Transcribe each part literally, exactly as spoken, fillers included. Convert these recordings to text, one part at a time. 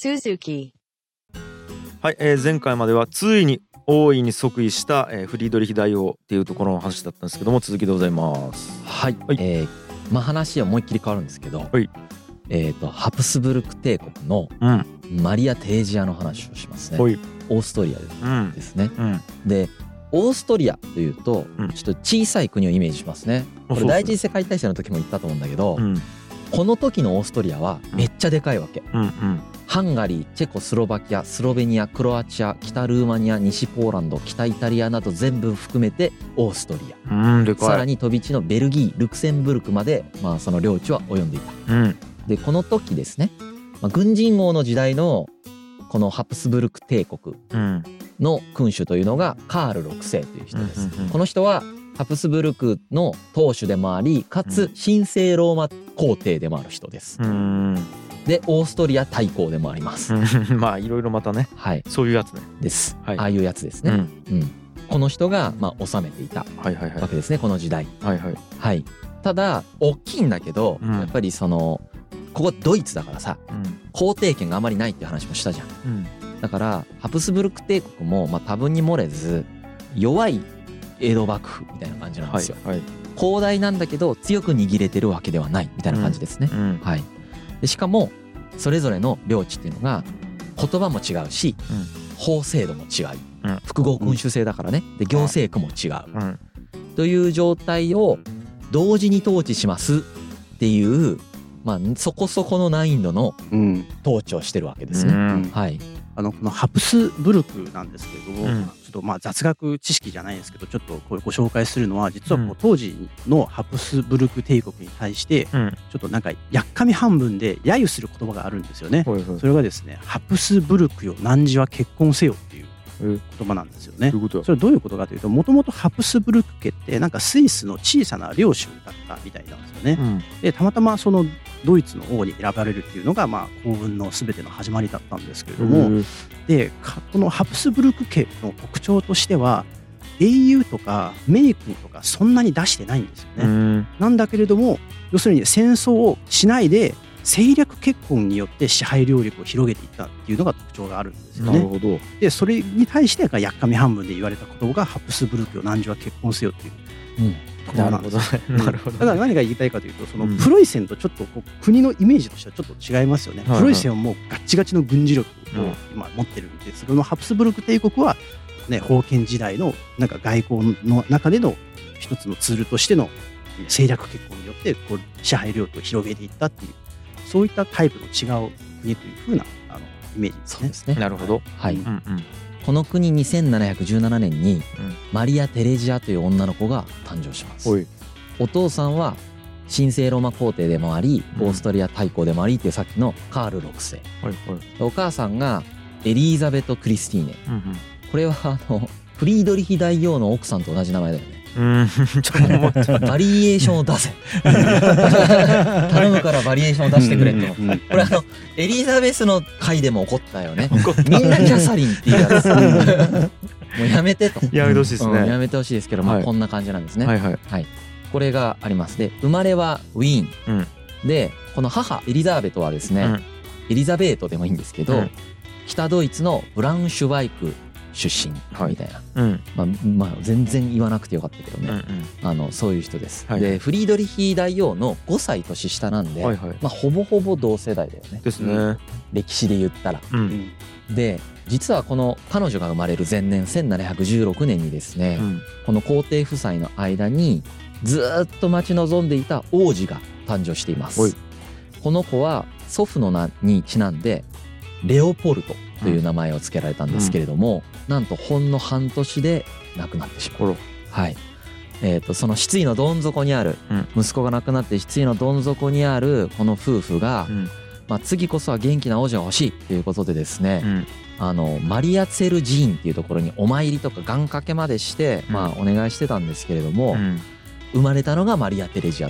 Suzuki。 はい、えー、前回まではついに王位に即位した、えー、フリードリヒ大王っていうところの話だったんですけども、続きでございます。 はい、はい、えー、まあ話は思いっきり変わるんですけど、 はい、 えーとハプスブルク帝国のマリア・テレジアの話をしますね、はい、オーストリアですね、うんうん、でオーストリアというとちょっと小さい国をイメージしますね、うん、これ第一次世界大戦の時も言ったと思うんだけど、うん、この時のオーストリアはめっちゃでかいわけ、うんうん、ハンガリー、チェコスロバキア、スロベニア、クロアチア、北ルーマニア、西ポーランド、北イタリアなど全部含めてオーストリア、うん、でかい。さらに飛び地のベルギー、ルクセンブルクまで、まあ、その領地は及んでいた、うん、でこの時ですね、まあ、軍人王の時代のこのハプスブルク帝国の君主というのがカールろくせいという人です、うんうんうん、この人はハプスブルクの当主でもあり、かつ神聖ローマ皇帝でもある人です、うん、でオーストリア大公でもありますまあいろいろまたね、はい、そういうやつねです、はい、ああいうやつですね、うんうん、この人がまあ治めていたわけですね、この時代、はいはいはい、ただ大きいんだけど、うん、やっぱりそのここドイツだからさ、うん、皇帝権があまりないっていう話もしたじゃん、うん、だからハプスブルク帝国もまあ多分に漏れず弱い江戸幕府みたいな感じなんですよ、はいはい、広大なんだけど強く握れてるわけではないみたいな感じですね、うんうん、はい、でしかもそれぞれの領地っていうのが言葉も違うし、うん、法制度も違う、うん、複合君主制だからね、で行政区も違う、うん、という状態を同時に統治しますっていう、まあ、そこそこの難易度の統治をしてるわけですね、うん、はい、 あのこのハプスブルクなんですけれども、うん、ちょっとまあ雑学知識じゃないんですけど、ちょっとこれご紹介するのは、実はこう当時のハプスブルク帝国に対してちょっとなんかやっかみ半分で揶揄する言葉があるんですよね、うん、それがですね、ハプスブルクよ汝は結婚せよっていう言葉なんですよね。それどういうことかというと、もともとハプスブルク家ってなんかスイスの小さな領主だったみたいなんですよね、うん、でたまたまそのドイツの王に選ばれるっていうのがまあ幸運の全ての始まりだったんですけれども、でこのハプスブルク家の特徴としては英雄とか名君とかそんなに出してないんですよね。なんだけれども要するに戦争をしないで政略結婚によって支配領域を広げていったっていうのが特徴があるんですよね。なるほど。でそれに対してやっかみ半分で言われた言葉がハプスブルクよ汝は結婚せよっていう、うんところなんですよ。なるほど。だから何が言いたいかというと、そのプロイセンとちょっとこう国のイメージとしてはちょっと違いますよね。プロイセンはもうガッチガチの軍事力を今持ってるんですけど、ハプスブルク帝国はね、封建時代のなんか外交の中での一つのツールとしての政略結婚によってこう支配領域を広げていったっていう、そういったタイプの違う国というふうなあのイメージですね。そうですね。 なるほど。 はい。うんうん、この国にせんななひゃくじゅうななねんにマリア・テレジアという女の子が誕生します。お, お父さんは神聖ローマ皇帝でもあり、オーストリア大公でもありっていうさっきのカールろくせい、はいはい、お母さんがエリーザベト・クリスティーネ、うんうん、これはあのフリードリヒ大王の奥さんと同じ名前だよね。うんちょっとバリエーションを出せ頼むからバリエーションを出してくれと、うんうん、これあのエリザベスの回でも怒ったよねみんなキャサリンっていうやつもうやめてとやめてほしいですね、 うん、やめてほしいですけど、まあ、こんな感じなんですね、はいはいはい、これがあります。で生まれはウィーン、うん、でこの母エリザベトはですね、うん、エリザベートでもいいんですけど、うん、北ドイツのブラウンシュバイク出身みたいな、はいうんまあまあ、全然言わなくてよかったけどね、うんうん、あのそういう人です、はい、でフリードリヒ大王のごさい年下なんで、はいはいまあ、ほぼほぼ同世代だよねですね、 歴史で言ったら、うん、で実はこの彼女が生まれる前年せんななひゃくじゅうろくねんにですね、うん、この皇帝夫妻の間にずっと待ち望んでいた王子が誕生しています。この子は祖父の名にちなんでレオポルトという名前を付けられたんですけれども、うん、なんとほんの半年で亡くなってしまう、はいえー、とその失意のどん底にある、うん、息子が亡くなって失意のどん底にあるこの夫婦が、うんまあ、次こそは元気な王子が欲しいということでですね、うん、あのマリアツェル寺院っていうところにお参りとか願掛けまでして、うんまあ、お願いしてたんですけれども、うん、生まれたのがマリア・テレジアだ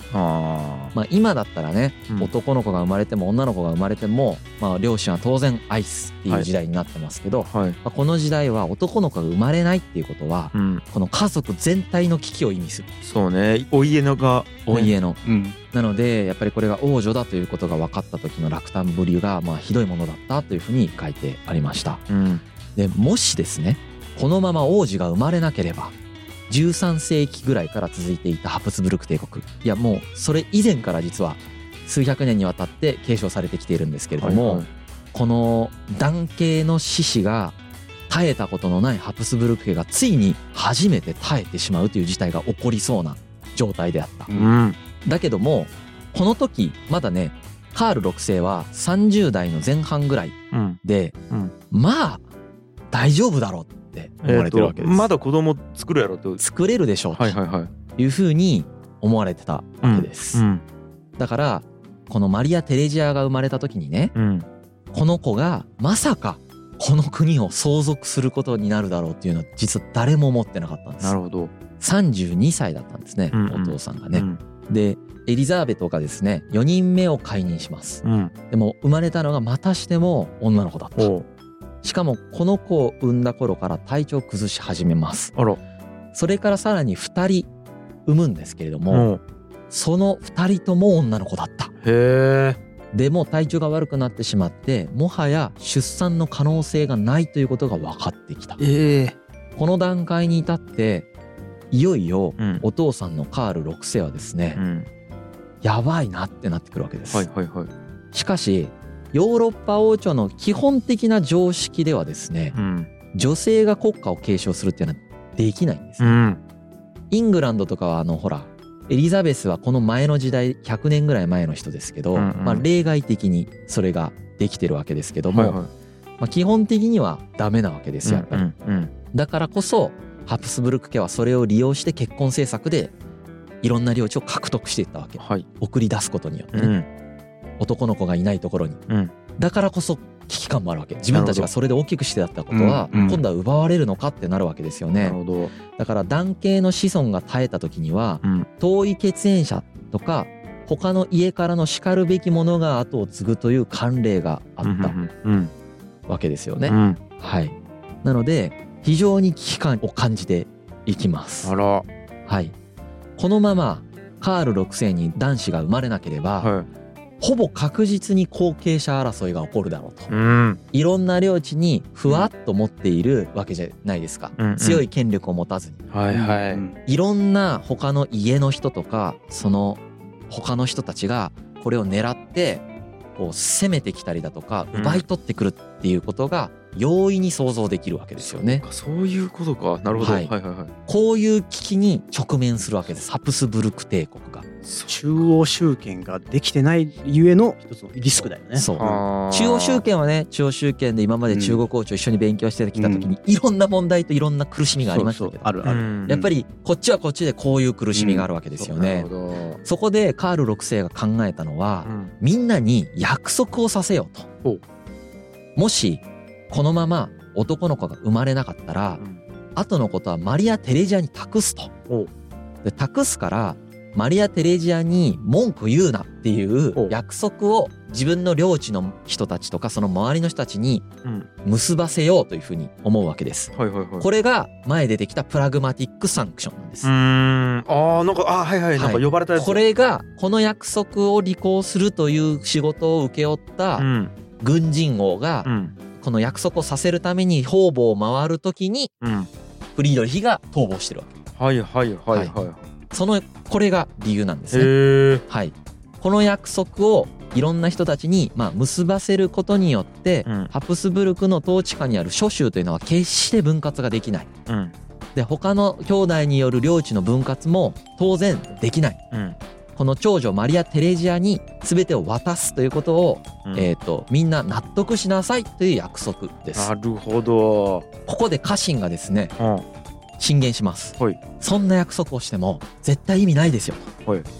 あ、まあ、今だったらね、うん、男の子が生まれても女の子が生まれても、まあ、両親は当然愛すっていう時代になってますけど、はいはい、まあ、この時代は男の子が生まれないっていうことは、うん、この家族全体の危機を意味する。 そうね、お家のが、ね、 お家の、うん、なのでやっぱりこれが王女だということが分かった時の落胆ぶりがまあひどいものだったというふうに書いてありました、うん、でもしですねこのまま王子が生まれなければじゅうさんせいきぐらいから続いていたハプスブルク帝国、いやもうそれ以前から実は数百年にわたって継承されてきているんですけれども、はいはい、この男系の志士が耐えたことのないハプスブルク家がついに初めて耐えてしまうという事態が起こりそうな状態であった、うん、だけどもこの時まだねカールろくせいはさんじゅうだいの前半ぐらいで、うんうん、まあ大丈夫だろうって思われてるわけです、 えー、まだ子供作るやろと作れるでしょうというふうに思われてたわけです、うんうん、だからこのマリア・テレジアが生まれた時にね、うん、この子がまさかこの国を相続することになるだろうっていうのは実は誰も思ってなかったんです。 なるほど。 さんじゅうにさいだったんですね、うんうん、お父さんがね、うん、でエリザベトがですねよにんめを解任します、うん、でも生まれたのがまたしても女の子だった。しかもこの子を産んだ頃から体調を崩し始めます。あら。それからさらにふたり産むんですけれども、うん、そのふたりとも女の子だった。へー。でも体調が悪くなってしまってもはや出産の可能性がないということが分かってきた、えー、この段階に至っていよいよお父さんのカールろくせいはですね、うん、やばいなってなってくるわけです、はいはいはい、しかしヨーロッパ王朝の基本的な常識ではですね、うん、女性が国家を継承するっていうのはできないんです、うん、イングランドとかはあのほらエリザベスはこの前の時代ひゃくねんぐらい前の人ですけど、うんうん、まあ、例外的にそれができてるわけですけども、はいはい、まあ、基本的にはダメなわけですよやっぱり、うんうんうん、だからこそハプスブルク家はそれを利用して結婚政策でいろんな領地を獲得していったわけ、はい、送り出すことによってね、うん、男の子がいないところに、うん、だからこそ危機感もあるわけ。自分たちがそれで大きくしてやったことは今度は奪われるのかってなるわけですよね。なるほど。だから男系の子孫が絶えた時には、うん、遠い血縁者とか他の家からのしかるべきものが後を継ぐという慣例があったわけですよね、うん、はい。なので非常に危機感を感じていきます。あら、はい。このままカールろくせいに男子が生まれなければ、はい、ほぼ確実に後継者争いが起こるだろうと、うん、いろんな領地にふわっと持っているわけじゃないですか、うんうん、強い権力を持たずに、はいはい、いろんな他の家の人とかその他の人たちがこれを狙ってこう攻めてきたりだとか奪い取ってくるっていうことが容易に想像できるわけですよね。 そうそういうことか。なるほど、はいはいはいはい、 こういう危機に直面するわけですハプスブルク帝国が。 中央集権ができてないゆえの一つのリスクだよね。 そう、中央集権はね中央集権で今まで中国王朝一緒に勉強してきた時にいろんな問題といろんな苦しみがありましたけど、 あるある、 やっぱりこっちはこっちでこういう苦しみがあるわけですよね、うん、そ, そこでカールろくせいが考えたのは、うん、みんなに約束をさせようと。もしこのまま男の子が生まれなかったら、うん、後のことはマリア・テレジアに託すと。で託すからマリア・テレジアに文句言うなっていう約束を自分の領地の人たちとかその周りの人たちに結ばせようというふうに思うわけです、うん、はいはいはい、これが前出てきたプラグマティックサンクションなんです。うーん、あーなんかあはいはい、なんか呼ばれたやつ、 これがこの約束を履行するという仕事を請け負った軍人王がこの約束をさせるために方々を回るときにフリードリヒが逃亡してるわけ。 はいはいはいはい、はい、 そのこれが理由なんですね。へー、はい。この約束をいろんな人たちにまあ結ばせることによって、うん、ハプスブルクの統治下にある諸州というのは決して分割ができない、うん、で他の兄弟による領地の分割も当然できない、うん、この長女マリア・テレジアに全てを渡すということを、うん、えーとみんな納得しなさいという約束です。 なるほど。 ここで家臣がですね、うん、進言します、はい、そんな約束をしても絶対意味ないですよ、はい、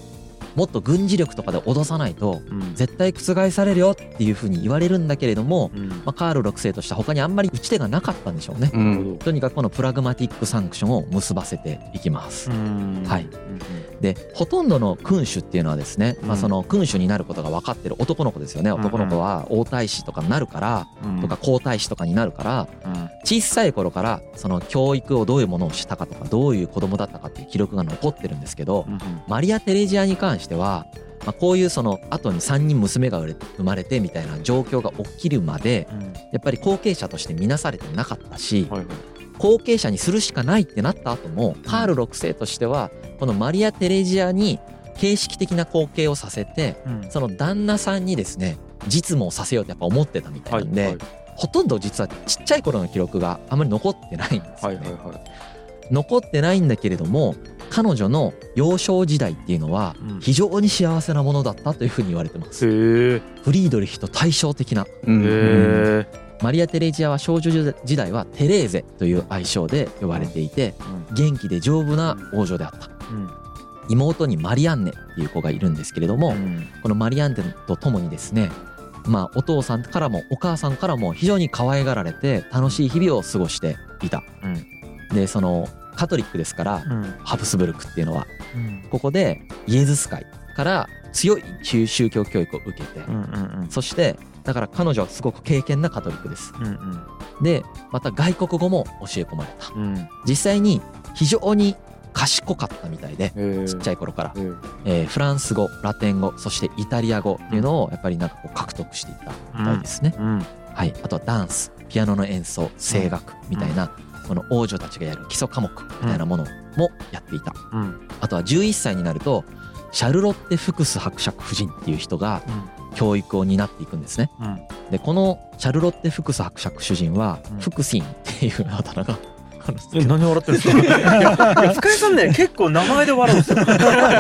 もっと軍事力とかで脅さないと絶対覆されるよっていうふうに言われるんだけれども、まあ、カールろくせいとしては他にあんまり打ち手がなかったんでしょうね、うん、とにかくこのプラグマティックサンクションを結ばせていきます。はい、でほとんどの君主っていうのはですね、まあ、その君主になることが分かってる男の子ですよね。男の子は王太子とかになるからとか皇太子とかになるから小さい頃からその教育をどういうものをしたかとかどういう子供だったかっていう記録が残ってるんですけど、マリア・テレジアに関してはまあこういうその後にさんにん娘が生まれてみたいな状況が起きるまでやっぱり後継者として見なされてなかったし、後継者にするしかないってなった後もカールろくせいとしてはこのマリア・テレジアに形式的な後継をさせてその旦那さんにですね実務をさせようってやっぱ思ってたみたいなんで、ほとんど実はちっちゃい頃の記録があまり残ってないんですよね。残ってないんだけれども彼女の幼少時代っていうのは非常に幸せなものだったというふうに言われてます。フリードリヒと対照的な、うん、マリア・テレジアは少女時代はテレーゼという愛称で呼ばれていて元気で丈夫な王女であった、うん、妹にマリアンネっていう子がいるんですけれども、うん、このマリアンネと共にですね、まあ、お父さんからもお母さんからも非常に可愛がられて楽しい日々を過ごしていた、うん、でそのカトリックですから、うん、ハプスブルクっていうのは、うん、ここでイエズス会から強い宗教教育を受けて、うんうんうん、そしてだから彼女はすごく敬虔なカトリックです、うんうん、でまた外国語も教え込まれた、うん、実際に非常に賢かったみたいでちっちゃい頃から、えー、フランス語ラテン語そしてイタリア語っていうのをやっぱりなんかこう獲得していったみたいですね、うんうん、はい、あとはダンスピアノの演奏声楽みたいな、うんこの王女たちがやる基礎科目みたいなものもやっていた、うん、あとはじゅういっさいになるとシャルロッテ・フクス伯爵夫人っていう人が教育を担っていくんですね、うん、でこのシャルロッテ・フクス伯爵夫人は、うん、フクシンっていうあだ名がえ何笑ってるんですかいや深井さんね結構名前で笑うんですよ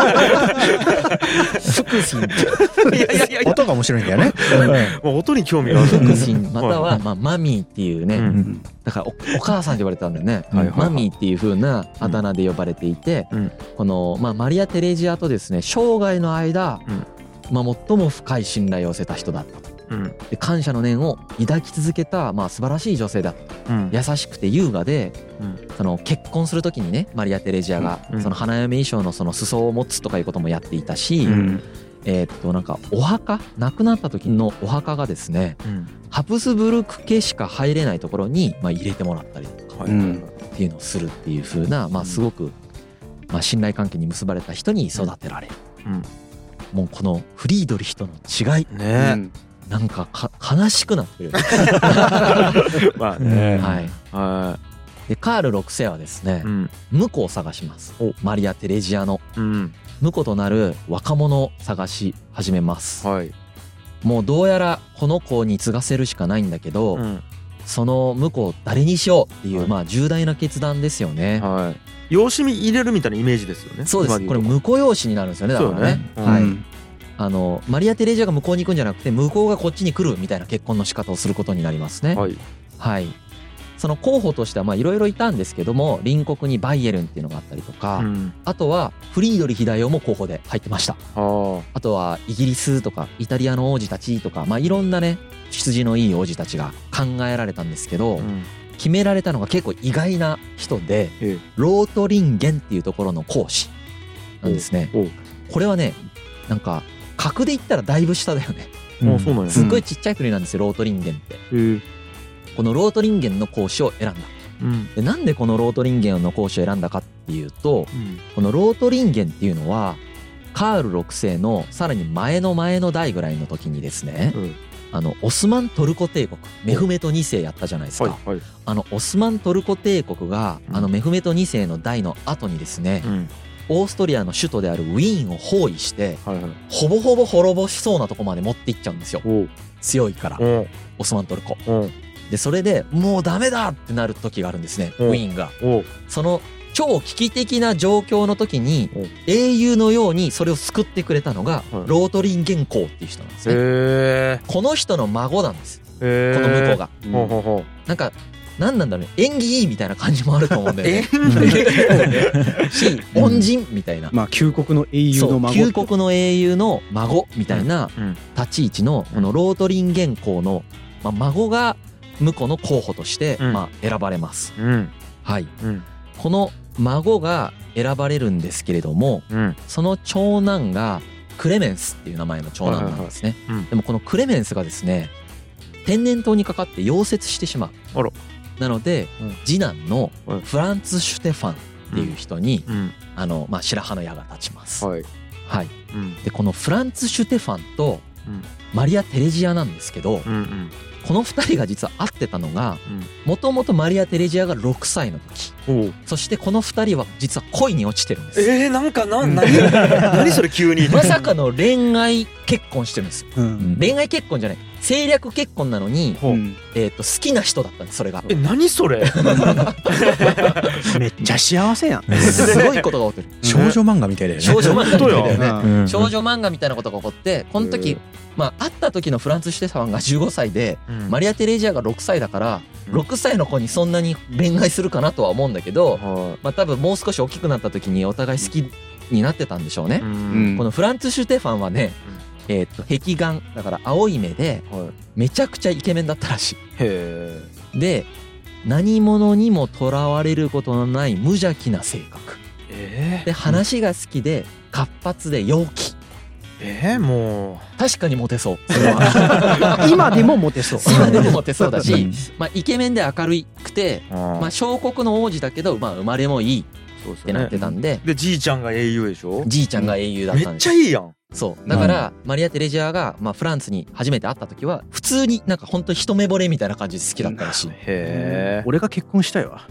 福神いやいやいや音が面白いんだよね、 うん、音に興味がある福神または、まあ、マミーっていうね、うん、だから お, お母さんって言われたんだよね、はいはいはい、マミーっていう風なあだ名で呼ばれていて、うん、この、まあ、マリア・テレジアとですね生涯の間、うんまあ、最も深い信頼を寄せた人だったと、うん、で感謝の念を抱き続けた、まあ、素晴らしい女性だった、うん、優しくて優雅で、うん、その結婚する時にねマリア・テレジアが、うん、その花嫁衣装のその裾を持つとかいうこともやっていたし、うん、えー、っとなんかお墓亡くなった時のお墓がですね、うん、ハプスブルク家しか入れないところに、まあ、入れてもらったりとか、うん、っていうのをするっていう風な、まあ、すごく、まあ、信頼関係に結ばれた人に育てられる、うんうんもうこのフリードリヒとの違いね、うん、なんかか悲しくなってるまあね、 はい、はい、でカールろくせいはですね、うん、婿を探します。マリア・テレジアの、うん、婿となる若者を探し始めます、はい、もうどうやらこの子に継がせるしかないんだけど、うん、その婿を誰にしようっていう、はい、まあ重大な決断ですよね、はい、 養子に入れるみたいなイメージですよね。 そうです。これ婿養子になるんですよね。だからね。ね、うん、はい。あのマリア・テレジアが向こうに行くんじゃなくて向こうがこっちに来るみたいな結婚の仕方をすることになりますね。はい。はい。その候補としてはまあいろいろいたんですけども隣国にバイエルンっていうのがあったりとか、うん、あとはフリードリヒ大王も候補で入ってました。あ, あとはイギリスとかイタリアの王子たちとかまあいろんなね出自のいい王子たちが考えられたんですけど。うん決められたのが結構意外な人で、ええ、ロートリンゲンっていうところの公使なんですね。これはねなんか格で言ったらだいぶ下だよね、うん、そうなんやすっごいちっちゃい国なんですよロートリンゲンって、えー、このロートリンゲンの公使を選んだ、うん、でなんでこのロートリンゲンの公使を選んだかっていうと、うん、このロートリンゲンっていうのはカールろくせいのさらに前の前の代ぐらいの時にですね、うんあのオスマントルコ帝国メフメトにせいやったじゃないですか、はいはい、あのオスマントルコ帝国が、うん、あのメフメトにせいの代の後にですね、うん、オーストリアの首都であるウィーンを包囲して、はいはい、ほぼほぼ滅ぼしそうなとこまで持っていっちゃうんですよ強いからオスマントルコでそれでもうダメだってなる時があるんですねウィーンがその超危機的な状況の時に英雄のようにそれを救ってくれたのがロートリンゲン公っていう人なんですね。この人の孫なんですこの婿が。なんか何なんだろうね、縁起いいみたいな感じもあると思うんだよね。し恩人みたいな、 まあ旧国の英雄の孫、 旧国の英雄の孫みたいな立ち位置のこのロートリンゲン公の、まあ、孫が婿の候補としてまあ選ばれます。うん、はい、うん、この孫が選ばれるんですけれども、うん、その長男がクレメンスっていう名前の長男なんですね。でもこのクレメンスがですね、天然痘にかかって溶接してしまう。あら。なので、うん、次男のフランツ・シュテファンっていう人に、うん、あのまあ、白羽の矢が立ちます。はい、はい、うん、でこのフランツ・シュテファンとマリア・テレジアなんですけど、うんうん、このふたりが実は会ってたのがもともとマリア・テレジアがろくさいの時、そしてこのふたりは実は恋に落ちてるんです。 えー、なんかな何何それ急にまさかの恋愛結婚してるんです、うん、恋愛結婚じゃない、政略結婚なのに、うん、えー、と好きな人だったんです、それが。 え、何それめっちゃ幸せやん。 すごいことが起こってる。 少女漫画みたいだよね。 少女漫画みたいだよね。少女漫画みたいなことが起こって、この時まあ会った時のフランツ・シュテファンがじゅうごさいで、うん、マリア・テレジアがろくさいだから、うん、ろくさいの子にそんなに恋愛するかなとは思うんだけど、うん、まあ多分もう少し大きくなった時にお互い好きになってたんでしょうね。うん、このフランツ・シュテファンはね、えー、と壁眼だから青い目でめちゃくちゃイケメンだったらしい。へー。で何者にもとらわれることのない無邪気な性格、えー、で話が好きで活発で陽気。 えー、もう確かにモテそう。それは今でもモテそう。 今でもモテそうだし、まあ、イケメンで明るくて、まあ、小国の王子だけど、まあ、生まれもいいってなってたんで、 でじいちゃんが英雄でしょ。 じいちゃんが英雄だったんです。 めっちゃいいやん。 そうだから、うん、マリア・テレジアが、まあ、フランツに初めて会った時は普通になんか本当一目惚れみたいな感じで好きだったらしい。 へー。俺が結婚したいわ。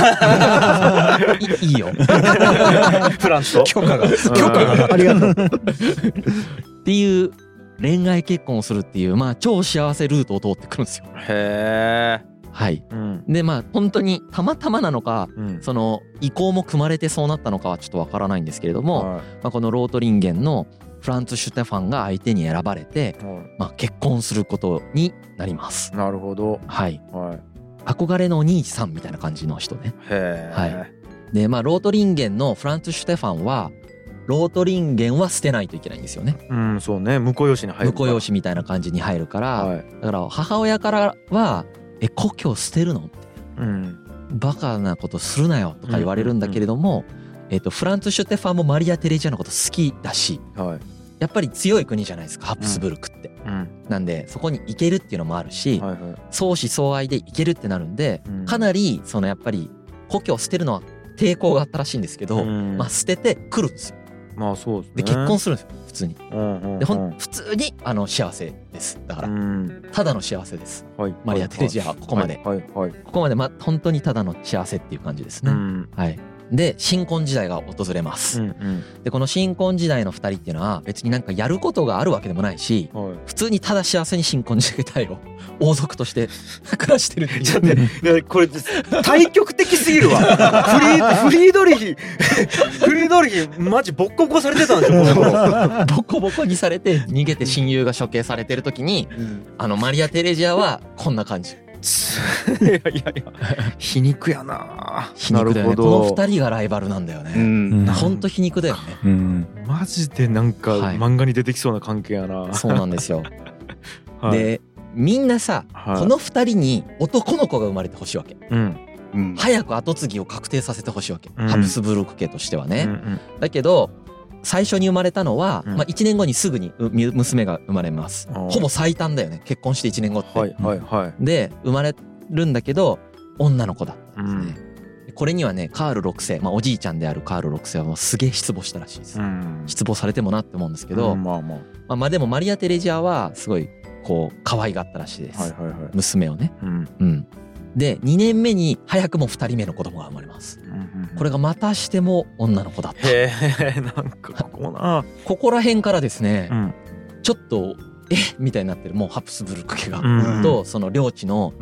いいよ。 フランツと許可が許可がありがとう。 っていう恋愛結婚をするっていう、まあ超幸せルートを通ってくるんですよ。へー。はい、うん、でまあ本当にたまたまなのか、うん、その意向も組まれてそうなったのかはちょっとわからないんですけれども、はい、まあ、このロートリンゲンのフランツ・シュテファンが相手に選ばれて、はい、まあ、結婚することになります。 なるほど。 はい、はい、憧れのお兄さんみたいな感じの人ね。へー。はい、でまあロートリンゲンのフランツ・シュテファンはロートリンゲンは捨てないといけないんですよね。 うん、そうね。婿養子に入る婿養子みたいな感じに入るから、はい、だから母親からはえ故郷捨てるのって、うん、バカなことするなよとか言われるんだけれども、うんうんうん、えー、とフランツ・シュテファンもマリア・テレジアのこと好きだし、はい、やっぱり強い国じゃないですかハプスブルクって、うん、なんでそこに行けるっていうのもあるし、はいはい、相思相愛で行けるってなるんで、うん、かなりそのやっぱり故郷を捨てるのは抵抗があったらしいんですけど、うん、まあ捨てて来るんですよ。 まあそうですね。 で結婚するんですよ普通に、うんうんうん、でほん普通にあの幸せです。だから、うん、ただの幸せです、はい、マリア・テレジアはここまで、はいはいはい、ここまでま本当にただの幸せっていう感じですね、うん、はい。で新婚時代が訪れます、うんうん、でこの新婚時代のふたりっていうのは別になんかやることがあるわけでもないし、はい、普通にただ幸せに新婚時代を王族として暮らしてるっていう。ちょっとね、これ対極的すぎるわ。フリーフリードリヒフリードリヒマジボッコボコされてたんでしょ。 ボコボコにされて逃げて親友が処刑されてる時に、うん、あのマリア・テレジアはこんな感じ。 いやいやいや皮肉やな。 皮肉だよね。このふたりがライバルなんだよね、うん、ほんと皮肉だよね、うん、 マジでなんか漫画に出てきそうな関係やな、 はい、そうなんですよ、はい、でみんなさ、はい、このふたりに男の子が生まれてほしいわけ、うんうん、早く後継ぎを確定させてほしいわけ、うん、ハプスブルク家としてはね、うんうん、だけど最初に生まれたのは、うん、まあ、いちねんごにすぐに娘が生まれます。ほぼ最短だよね結婚していちねんごって、はいはいはい、で生まれるんだけど女の子だったんですね、うん、これにはねカールろくせい、まあ、おじいちゃんであるカールろくせいはもうすげえ失望したらしいです、うん、失望されてもなって思うんですけど、うん、まあまあ、まあ、まあでもマリア・テレジアはすごいこう可愛がったらしいです、はいはいはい、娘をね、うんうん、でにねんめに早くもふたりめの子供が生まれます、うんうんうん、これがまたしても女の子だった。 へえ、なんかここなここら辺からですね、うん、ちょっとえみたいになってるもうハプスブルク家が、うん、とその領地の、うん、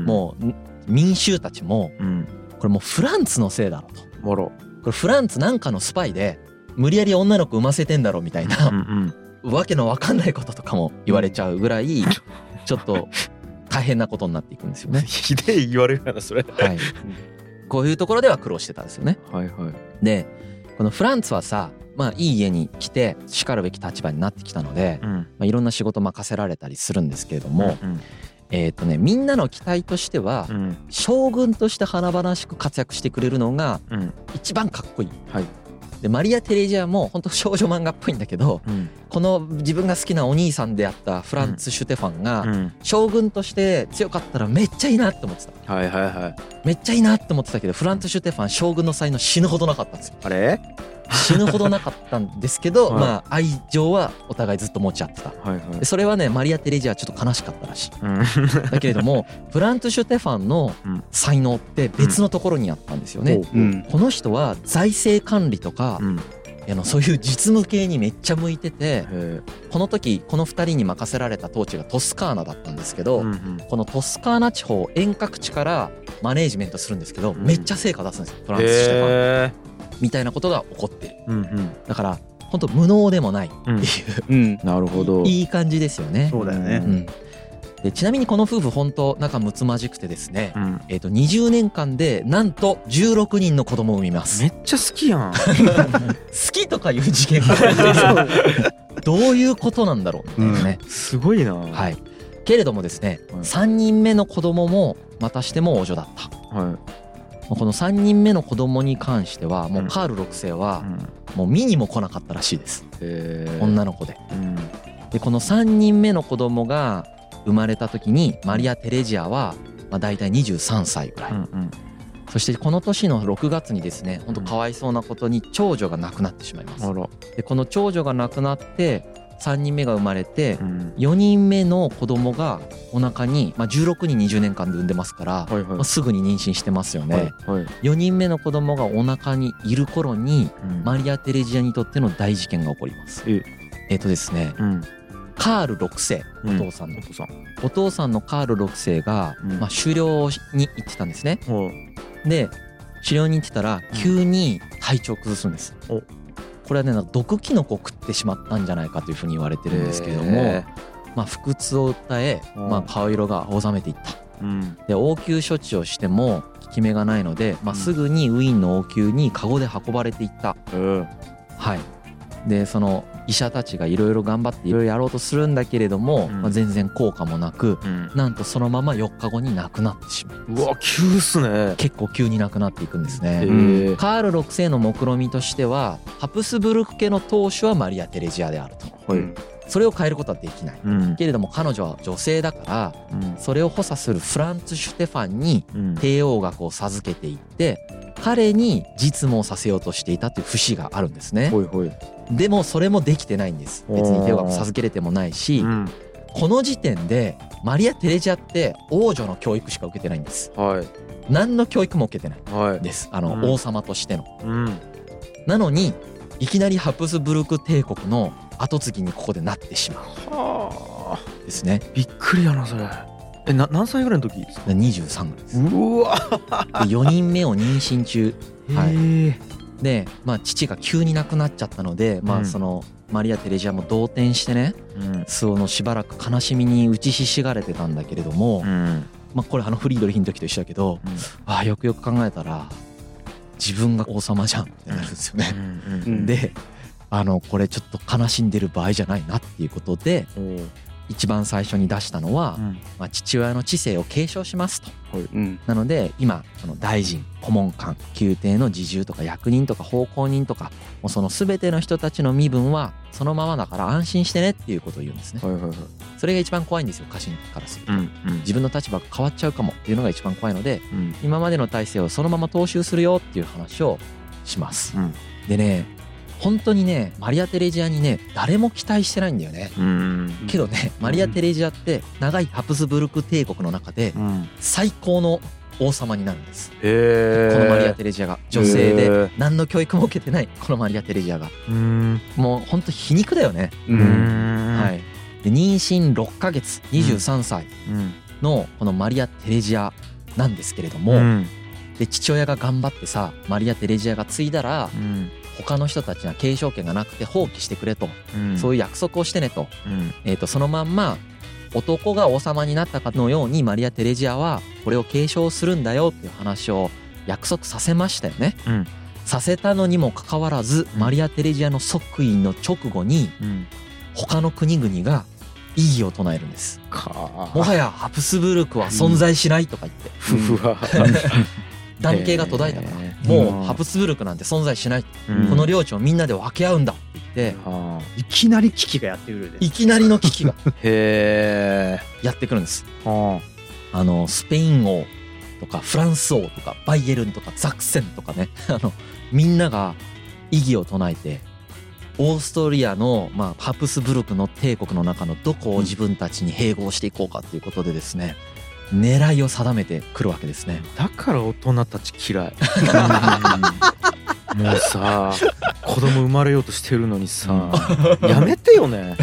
もう民衆たちも、うん、これもうフランツのせいだろうと。もろこれフランツなんかのスパイで無理やり女の子産ませてんだろうみたいな、うんうん、わけのわかんないこととかも言われちゃうぐらいちょっと大変なことになっていくんですよね。 ひでえ言われるやなそれ。 はい。こういうところでは苦労してたんですよね。 はいはい。 でこのフランツはさ、まあいい家に来てしかるべき立場になってきたので、うん、まあ、いろんな仕事任せられたりするんですけれども、うんうん、えっとねみんなの期待としては、うん、将軍として華々しく活躍してくれるのが一番かっこいい。はい。でマリア・テレジアも本当少女漫画っぽいんだけど、うん、この自分が好きなお兄さんであったフランツ・シュテファンが将軍として強かったらめっちゃいいなって思ってた。はいはいはい。めっちゃいいなって思ってたけど、フランツ・シュテファン将軍の才能死ぬほどなかったんですよ。あれ死ぬほどなかったんですけど、はい、まあ愛情はお互いずっと持ち合ってた。はいはい、でそれはねマリア・テレジアはちょっと悲しかったらしい。うん、だけれどもフランツ・シュテファンの才能って別のところにあったんですよね。うん、この人は財政管理とか、うん、あのそういう実務系にめっちゃ向いてて、この時このふたりに任せられた統治がトスカーナだったんですけど、うんうん、このトスカーナ地方遠隔地からマネージメントするんですけど、うん、めっちゃ成果出すんですよフランツ・シュテファンみたいなことが起こってる。うんうん、だから本当無能でもないっていう、うん、なるほど、いい感じですよね。 そうだよね。うん、 でちなみにこの夫婦本当仲睦まじくてですね、うん、えーとにじゅうねんかんでなんとじゅうろくにんの子供を産みます。 めっちゃ好きやん好きとかいう事件がどういうことなんだろうみたいなね、 うん、すごいな。 はい。けれどもですね、はい、さんにんめの子供もまたしても王女だった。はい。このさんにんめの子供に関してはもうカールろくせいはもう見にも来なかったらしいです。女の子で。うん、でこのさんにんめの子供が生まれた時にマリア・テレジアはまあ大体にじゅうさんさいぐらい、うんうん、そしてこの年のろくがつにですね本当かわいそうなことに長女が亡くなってしまいます。でこの長女が亡くなってさんにんめが生まれてよにんめの子供がお腹にまあじゅうろくにんにじゅうねんかんで産んでますから、はいはい、まあすぐに妊娠してますよね。はいはい、よにんめの子供がお腹にいる頃にマリア・テレジアにとっての大事件が起こります。ええーとですね、うん、カールろくせい、お父さんの、うん、お父さんお父さんのカールろくせいが、うん、まあ、狩猟に行ってたんですね。うん、で狩猟に行ってたら急に体調崩すんです。うん、これはね毒キノコを食ってしまったんじゃないかというふうに言われてるんですけれども、まあ、腹痛を訴え、まあ、顔色が青ざめていった。うん、で応急処置をしても効き目がないので、まあ、すぐにウィーンの王宮にカゴで運ばれていった。うん、はい。でその医者たちがいろいろ頑張っていろいろやろうとするんだけれども、うん、まあ、全然効果もなく、うん、なんとそのままよっかごに亡くなってしまう。 うわ急っすね。 結構急に亡くなっていくんですね。うん、カールろくせいの目論見としてはハプスブルク家の当主はマリア・テレジアであると、はい、それを変えることはできない、うん、けれども彼女は女性だから、うん、それを補佐するフランツ・シュテファンに帝王学を授けていって彼に実務をさせようとしていたという節があるんですね。ほいほい。でもそれもできてないんです。別に帝王学を授けれてもないし、うん、この時点でマリア・テレジアって王女の教育しか受けてないんです。はい、何の教育も受けてないです、はい、あの、うん、王様としての、うん、なのにいきなりハプスブルク帝国の跡継ぎにここでなってしまうですね。 びっくりやなそれ。えな何歳ぐらいの時ですか？ にじゅうさんぐらいです。 うわでよにんめを妊娠中、はい、で、まあ、父が急に亡くなっちゃったので、まあ、そのマリア・テレジアも動転してね、うん、そのしばらく悲しみに打ちひしがれてたんだけれども、うん、まあ、これあのフリードリヒの時と一緒だけど、うん、ああよくよく考えたら自分が王様じゃんってなるんですよね。うんうん、であのこれちょっと悲しんでる場合じゃないなっていうことで、一番最初に出したのは、うん、まあ、父親の治世を継承しますと、はい、うん、なので今その大臣、顧問官、宮廷の侍従とか役人とか奉公人とかもうその全ての人たちの身分はそのままだから安心してねっていうことを言うんですね。はいはいはい、それが一番怖いんですよ、家臣からすると、うんうん、自分の立場が変わっちゃうかもっていうのが一番怖いので、うん、今までの体制をそのまま踏襲するよっていう話をします。うん、でね本当にねマリア・テレジアにね誰も期待してないんだよね。うんけどねマリア・テレジアって長いハプスブルク帝国の中で最高の王様になるんです。へー。このマリア・テレジアが女性で何の教育も受けてないこのマリア・テレジアがうんもう本当皮肉だよね。うん、はい、で妊娠ろっかげつにじゅうさんさいのこのマリア・テレジアなんですけれども、うん、で父親が頑張ってさマリア・テレジアが継いだら、うん、他の人たちは継承権がなくて放棄してくれと、うん、そういう約束をしてねと、うん、えーとそのまんま男が王様になったかのようにマリア・テレジアはこれを継承するんだよっていう話を約束させましたよね、うん、させたのにもかかわらず、うん、マリア・テレジアの即位の直後に、うん、他の国々が異議を唱えるんです。もはやハプスブルクは存在しないとか言って、うん、断刑が途絶えたから、もうハプスブルクなんて存在しない、うん、この領地をみんなで分け合うんだって言って、うん、 いきなり危機がやってくるいきなりの危機がへやってくるんです。あのスペイン王とかフランス王とかバイエルンとかザクセンとかねあのみんなが異議を唱えて、オーストリアの、まあ、ハプスブルクの帝国の中のどこを自分たちに併合していこうかということでですね、狙いを定めてくるわけですね。 だから大人たち嫌いもうさ子供生まれようとしてるのにさ、うん、やめてよね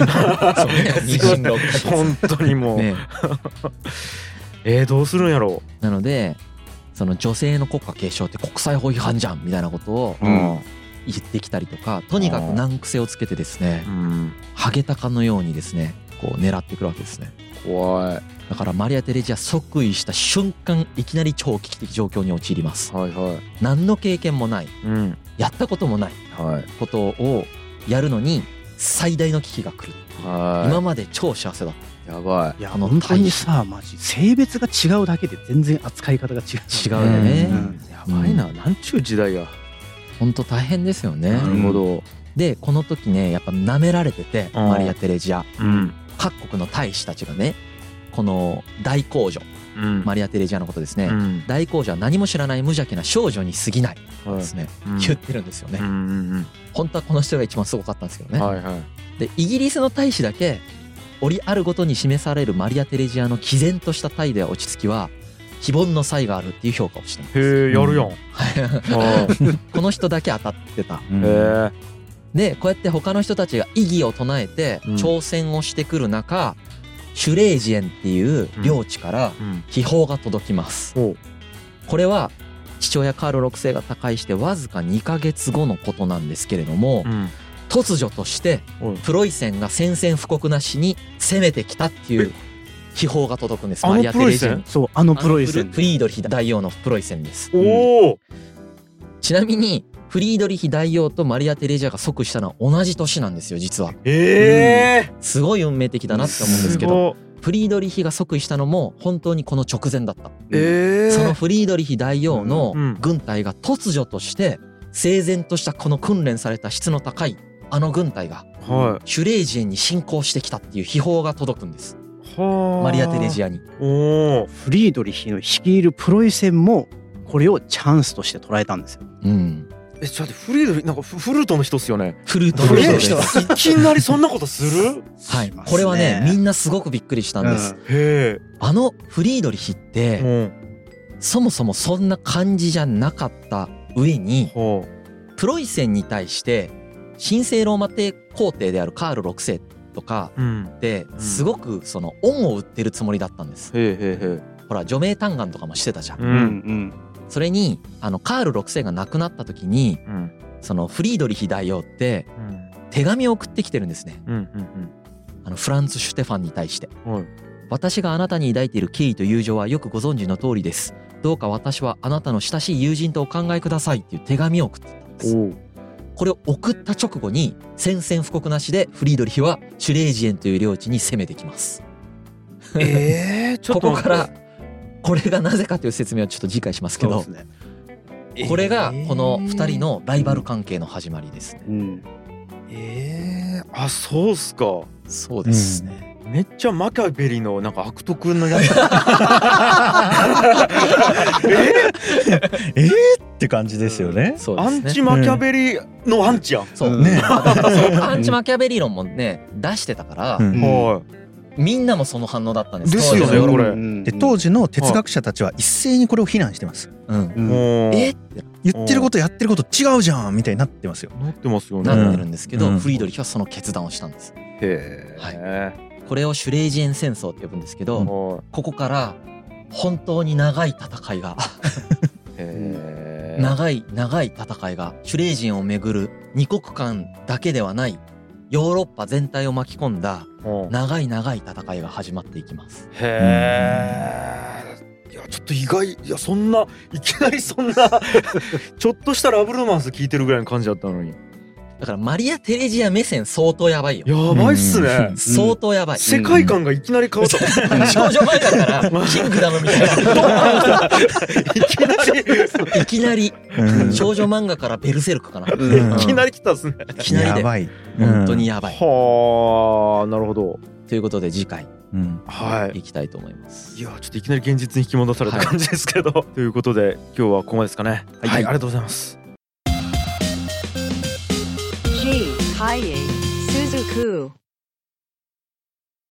本当にもう、ね、えー、どうするんやろう。なのでその女性の国家継承って国際法違反じゃんみたいなことを、うん言ってきたりとか、とにかく難癖をつけてですね、うん、ハゲタカのようにですねこう狙ってくるわけですね。 怖い。 だからマリア・テレジア即位した瞬間いきなり超危機的状況に陥ります、はいはい、何の経験もない、うん、やったこともないことをやるのに最大の危機が来る。はい、今まで超幸せだった。 やばい。 いや本当にさ、マジ性別が違うだけで全然扱い方が違う。 違うよね、 うんうん、やばいな、うん、なんちゅう時代や。 本当大変ですよね。 なるほど。 でこの時ねやっぱ舐められてて、マリア・テレジア、うん、各国の大使たちがねこの大公女、うん、マリア・テレジアのことですね、うん、大公女は何も知らない無邪気な少女に過ぎないですね、はい、言ってるんですよね、うんうんうん、本当はこの人が一番すごかったんですけどね、はいはい、でイギリスの大使だけ折あるごとに示されるマリア・テレジアの毅然とした態度や落ち着きは非凡の才があるっていう評価をしてます。 へえ、やるやん、 うん、この人だけ当たってた、うん、へでこうやって他の人たちが異議を唱えて挑戦をしてくる中、うん、シュレージエンっていう領地から秘宝が届きます、うんうん、これは父親カールろくせいが他界してわずかにかげつごのことなんですけれども、うん、突如としてプロイセンが宣戦布告なしに攻めてきたっていう秘宝が届くんです。マリア・テレジアに。 そう、あのプロイセン、 フリードリヒ大王のプロイセンです。 おお。 ちなみにフリードリヒ大王とマリア・テレジアが即位したのは同じ年なんですよ実は。 ええーうん、 すごい運命的だなって思うんですけど、フリードリヒが即位したのも本当にこの直前だった。えー、そのフリードリヒ大王の軍隊が突如として整然としたこの訓練された質の高いあの軍隊がシュレージエンに侵攻してきたっていう秘宝が届くんです。マリア・テレジアに。 おフリードリヒの率いるプロイセンもこれをチャンスとして捉えたんですよ。 うん、 えちょっとフリードリヒなんかフルートの人っすよね。 フルートの人です。 いきなりそんなことする？ はい。これはねみんなすごくびっくりしたんです。うん、へえ。あのフリードリヒって、うん、そもそもそんな感じじゃなかった上に、うん、プロイセンに対して神聖ローマ帝皇帝であるカールろくせいとかですごくその恩を売ってるつもりだったんです。へーへーへー。ほら除名嘆願とかもしてたじゃん。うんうん、それにあのカールろくせいが亡くなった時に、うん、そのフリードリヒ大王って手紙を送ってきてるんですね。うんうんうん、あのフランツ・シュテファンに対して、うん、私があなたに抱いている敬意と友情はよくご存知の通りです。どうか私はあなたの親しい友人とお考えくださいっていう手紙を送ってたんです。おこれを送った直後に宣戦布告なしでフリードリヒはシュレージエンという領地に攻めてきます。 えー、ちょっとここからこれがなぜかという説明はちょっと次回しますけど、ねえー、これがこのふたりのライバル関係の始まりですね。うん、 えー、あそうっすか。 そうですね。 うん、めっちゃマキャベリのなんか悪徳のやつ。えー、えー、って感じですよね。 うん、アンチマキャベリのアンチやん。 そうね。アンチマキャベリ論もね出してたから。うん、みんなもその反応だったんです。 ですよねこれ。 で当時の哲学者たちは一斉にこれを非難してます。うん。うん、えって言ってることやってること違うじゃんみたいになってますよ。 なってますよね。 なってるんですけど、うん、フリードリヒはその決断をしたんです。 へえ。 はい。これをシュレージエン戦争って呼ぶんですけど、うん、ここから本当に長い戦いが長い長い戦いがシュレージエンをめぐる二国間だけではないヨーロッパ全体を巻き込んだ長い長い戦いが始まっていきます。 へえ。いやちょっと意外、いやそんないきなりそんなちょっとしたラブロマンス聞いてるぐらいの感じだったのに。 だからマリア・テレジア目線相当やばいよ。 やばいっすね。 相当やばい。 世界観がいきなり変わった。 少女漫画からキングダムみたいな。 いきなりいきなり少女漫画からベルセルクかな。 いきなり来たっすね。 いきなりでやばい。 本当にやばい。 はあ、なるほど。 ということで次回はい行きたいと思います。 いやちょっといきなり現実に引き戻された感じですけど。ということで今日はここまでですかね。はい、ありがとうございます。 G. Kaie Suzuku